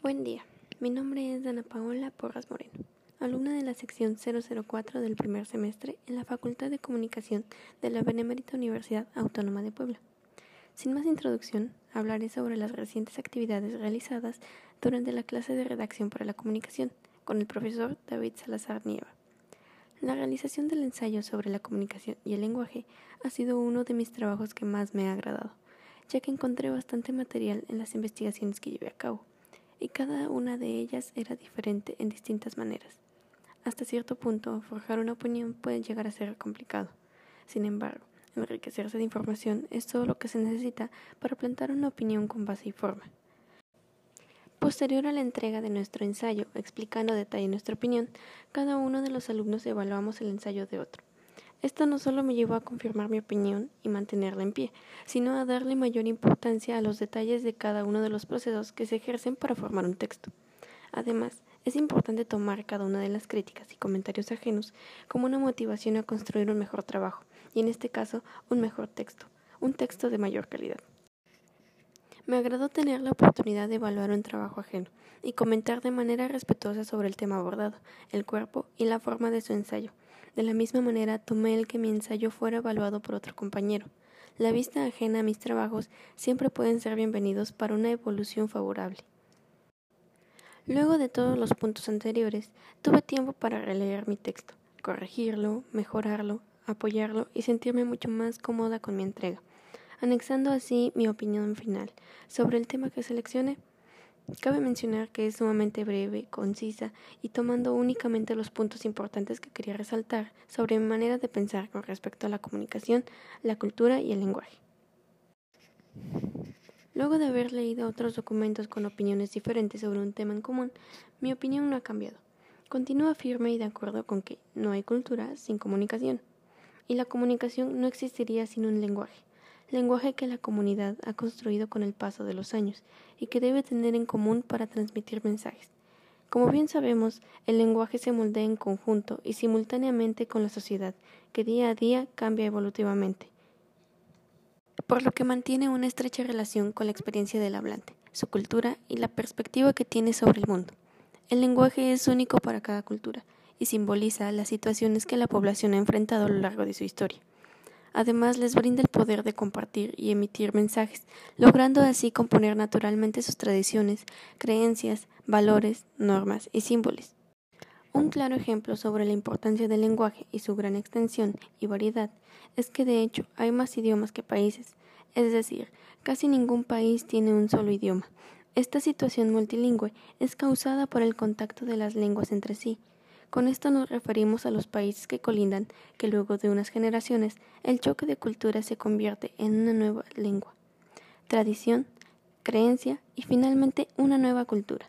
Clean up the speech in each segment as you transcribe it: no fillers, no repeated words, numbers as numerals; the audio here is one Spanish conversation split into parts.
Buen día, mi nombre es Ana Paola Porras Moreno, alumna de la sección 004 del primer semestre en la Facultad de Comunicación de la Benemérita Universidad Autónoma de Puebla. Sin más introducción, hablaré sobre las recientes actividades realizadas durante la clase de redacción para la comunicación con el profesor David Salazar Nieva. La realización del ensayo sobre la comunicación y el lenguaje ha sido uno de mis trabajos que más me ha agradado, ya que encontré bastante material en las investigaciones que llevé a cabo, y cada una de ellas era diferente en distintas maneras. Hasta cierto punto, forjar una opinión puede llegar a ser complicado. Sin embargo, enriquecerse de información es todo lo que se necesita para plantar una opinión con base y forma. Posterior a la entrega de nuestro ensayo, explicando a detalle nuestra opinión, cada uno de los alumnos evaluamos el ensayo de otro. Esto no solo me llevó a confirmar mi opinión y mantenerla en pie, sino a darle mayor importancia a los detalles de cada uno de los procesos que se ejercen para formar un texto. Además, es importante tomar cada una de las críticas y comentarios ajenos como una motivación a construir un mejor trabajo, y en este caso, un mejor texto, un texto de mayor calidad. Me agradó tener la oportunidad de evaluar un trabajo ajeno y comentar de manera respetuosa sobre el tema abordado, el cuerpo y la forma de su ensayo. De la misma manera, tomé el que mi ensayo fuera evaluado por otro compañero. La vista ajena a mis trabajos siempre pueden ser bienvenidos para una evolución favorable. Luego de todos los puntos anteriores, tuve tiempo para releer mi texto, corregirlo, mejorarlo, apoyarlo y sentirme mucho más cómoda con mi entrega, anexando así mi opinión final sobre el tema que seleccioné. Cabe mencionar que es sumamente breve, concisa y tomando únicamente los puntos importantes que quería resaltar sobre mi manera de pensar con respecto a la comunicación, la cultura y el lenguaje. Luego de haber leído otros documentos con opiniones diferentes sobre un tema en común, mi opinión no ha cambiado. Continúo firme y de acuerdo con que no hay cultura sin comunicación, y la comunicación no existiría sin un lenguaje que la comunidad ha construido con el paso de los años y que debe tener en común para transmitir mensajes. Como bien sabemos, el lenguaje se moldea en conjunto y simultáneamente con la sociedad, que día a día cambia evolutivamente, por lo que mantiene una estrecha relación con la experiencia del hablante, su cultura y la perspectiva que tiene sobre el mundo. El lenguaje es único para cada cultura y simboliza las situaciones que la población ha enfrentado a lo largo de su historia. Además, les brinda el poder de compartir y emitir mensajes, logrando así componer naturalmente sus tradiciones, creencias, valores, normas y símbolos. Un claro ejemplo sobre la importancia del lenguaje y su gran extensión y variedad es que de hecho hay más idiomas que países, es decir, casi ningún país tiene un solo idioma. Esta situación multilingüe es causada por el contacto de las lenguas entre sí. Con esto nos referimos a los países que colindan, que luego de unas generaciones el choque de culturas se convierte en una nueva lengua, tradición, creencia y finalmente una nueva cultura.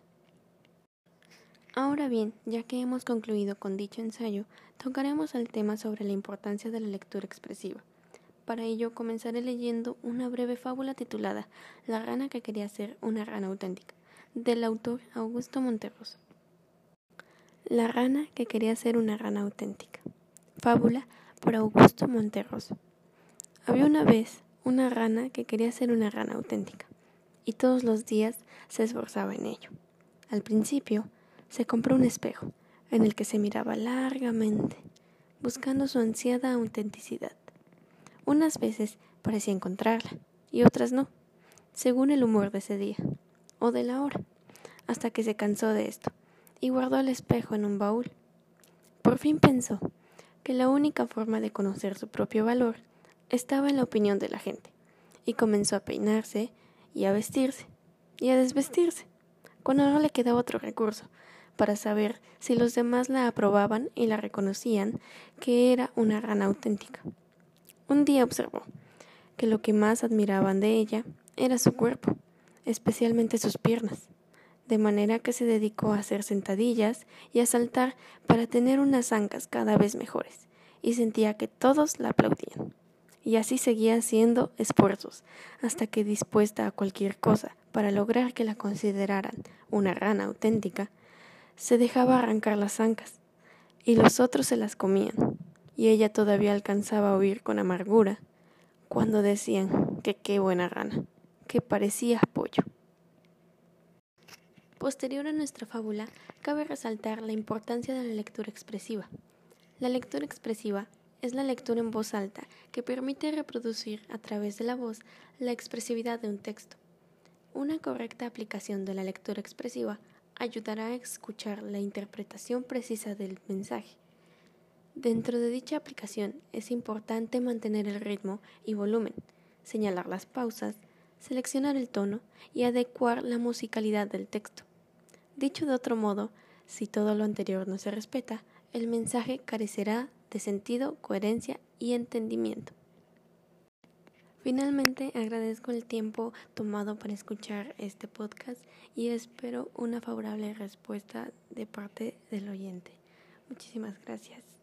Ahora bien, ya que hemos concluido con dicho ensayo, tocaremos el tema sobre la importancia de la lectura expresiva. Para ello comenzaré leyendo una breve fábula titulada La rana que quería ser una rana auténtica, del autor Augusto Monterroso. La rana que quería ser una rana auténtica. Fábula por Augusto Monterroso. Había una vez una rana que quería ser una rana auténtica, y todos los días se esforzaba en ello. Al principio, se compró un espejo, en el que se miraba largamente, buscando su ansiada autenticidad. Unas veces parecía encontrarla, y otras no, según el humor de ese día, o de la hora, hasta que se cansó de esto, y guardó el espejo en un baúl. Por fin pensó que la única forma de conocer su propio valor estaba en la opinión de la gente, y comenzó a peinarse, y a vestirse, y a desvestirse, cuando no le quedaba otro recurso, para saber si los demás la aprobaban y la reconocían que era una rana auténtica. Un día observó que lo que más admiraban de ella era su cuerpo, especialmente sus piernas, de manera que se dedicó a hacer sentadillas y a saltar para tener unas ancas cada vez mejores, y sentía que todos la aplaudían. Y así seguía haciendo esfuerzos, hasta que, dispuesta a cualquier cosa para lograr que la consideraran una rana auténtica, se dejaba arrancar las ancas, y los otros se las comían, y ella todavía alcanzaba a oír con amargura cuando decían que qué buena rana, que parecía pollo. Posterior a nuestra fábula, cabe resaltar la importancia de la lectura expresiva. La lectura expresiva es la lectura en voz alta que permite reproducir a través de la voz la expresividad de un texto. Una correcta aplicación de la lectura expresiva ayudará a escuchar la interpretación precisa del mensaje. Dentro de dicha aplicación es importante mantener el ritmo y volumen, señalar las pausas, seleccionar el tono y adecuar la musicalidad del texto. Dicho de otro modo, si todo lo anterior no se respeta, el mensaje carecerá de sentido, coherencia y entendimiento. Finalmente, agradezco el tiempo tomado para escuchar este podcast y espero una favorable respuesta de parte del oyente. Muchísimas gracias.